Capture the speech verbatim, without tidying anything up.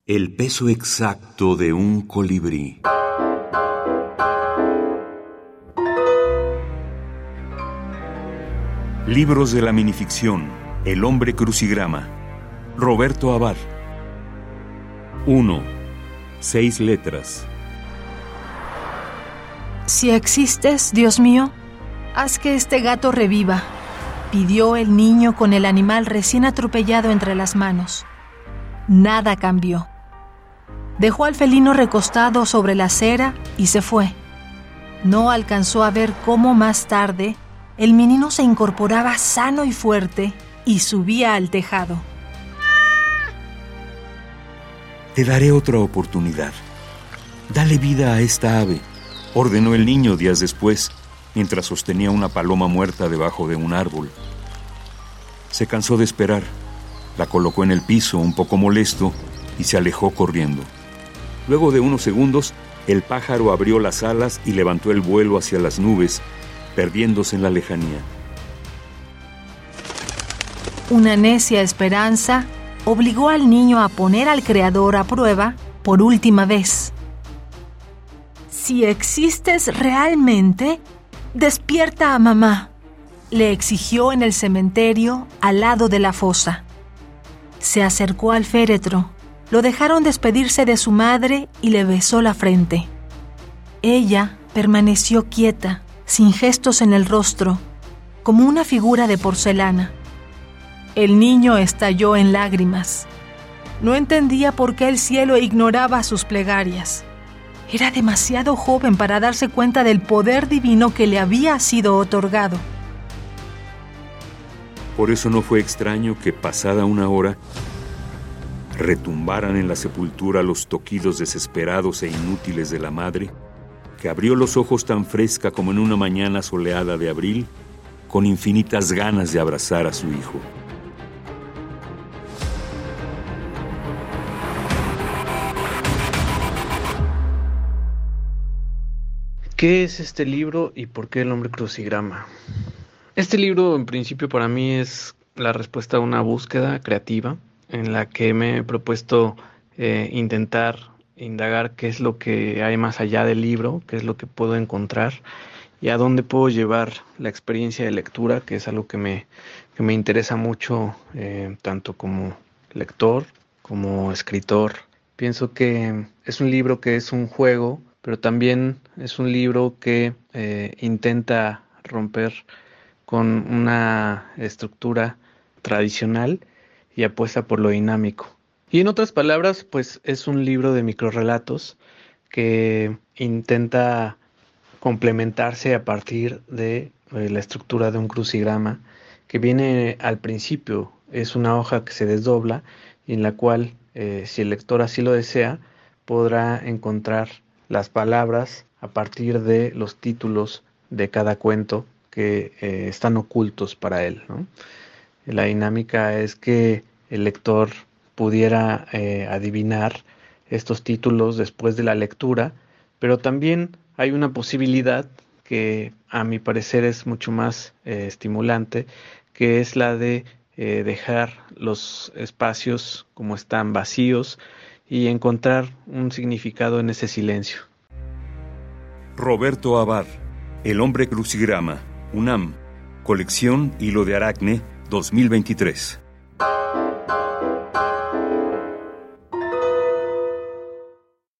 El peso exacto de un colibrí. Libros de la minificción. El hombre crucigrama. Roberto Abad. uno. Seis letras. Si existes, Dios mío, haz que este gato reviva, pidió el niño con el animal recién atropellado entre las manos. Nada cambió. Dejó al felino recostado sobre la acera y se fue. No alcanzó a ver cómo más tarde el menino se incorporaba sano y fuerte y subía al tejado. Te daré otra oportunidad. Dale vida a esta ave, ordenó el niño días después, mientras sostenía una paloma muerta debajo de un árbol. Se cansó de esperar, la colocó en el piso un poco molesto y se alejó corriendo. Luego de unos segundos, el pájaro abrió las alas y levantó el vuelo hacia las nubes, perdiéndose en la lejanía. Una necia esperanza obligó al niño a poner al Creador a prueba por última vez. Si existes realmente, despierta a mamá, le exigió en el cementerio al lado de la fosa. Se acercó al féretro, lo dejaron despedirse de su madre y le besó la frente. Ella permaneció quieta, sin gestos en el rostro, como una figura de porcelana. El niño estalló en lágrimas. No entendía por qué el cielo ignoraba sus plegarias. Era demasiado joven para darse cuenta del poder divino que le había sido otorgado. Por eso no fue extraño que, pasada una hora, retumbaran en la sepultura los toquidos desesperados e inútiles de la madre, que abrió los ojos tan fresca como en una mañana soleada de abril, con infinitas ganas de abrazar a su hijo. ¿Qué es este libro y por qué el hombre crucigrama? Este libro, en principio, para mí es la respuesta a una búsqueda creativa en la que me he propuesto eh, intentar indagar qué es lo que hay más allá del libro, qué es lo que puedo encontrar y a dónde puedo llevar la experiencia de lectura, que es algo que me, que me interesa mucho, eh, tanto como lector como escritor. Pienso que es un libro que es un juego, pero también es un libro que eh, intenta romper con una estructura tradicional y apuesta por lo dinámico. Y en otras palabras, pues es un libro de microrrelatos que intenta complementarse a partir de eh, la estructura de un crucigrama que viene al principio. Es una hoja que se desdobla y en la cual, eh, si el lector así lo desea, podrá encontrar las palabras a partir de los títulos de cada cuento que eh, están ocultos para él, ¿no? La dinámica es que el lector pudiera eh, adivinar estos títulos después de la lectura, pero también hay una posibilidad que a mi parecer es mucho más eh, estimulante, que es la de eh, dejar los espacios como están vacíos y encontrar un significado en ese silencio. Roberto Abad, El hombre crucigrama, UNAM, colección Hilo de Aracne, dos mil veintitrés.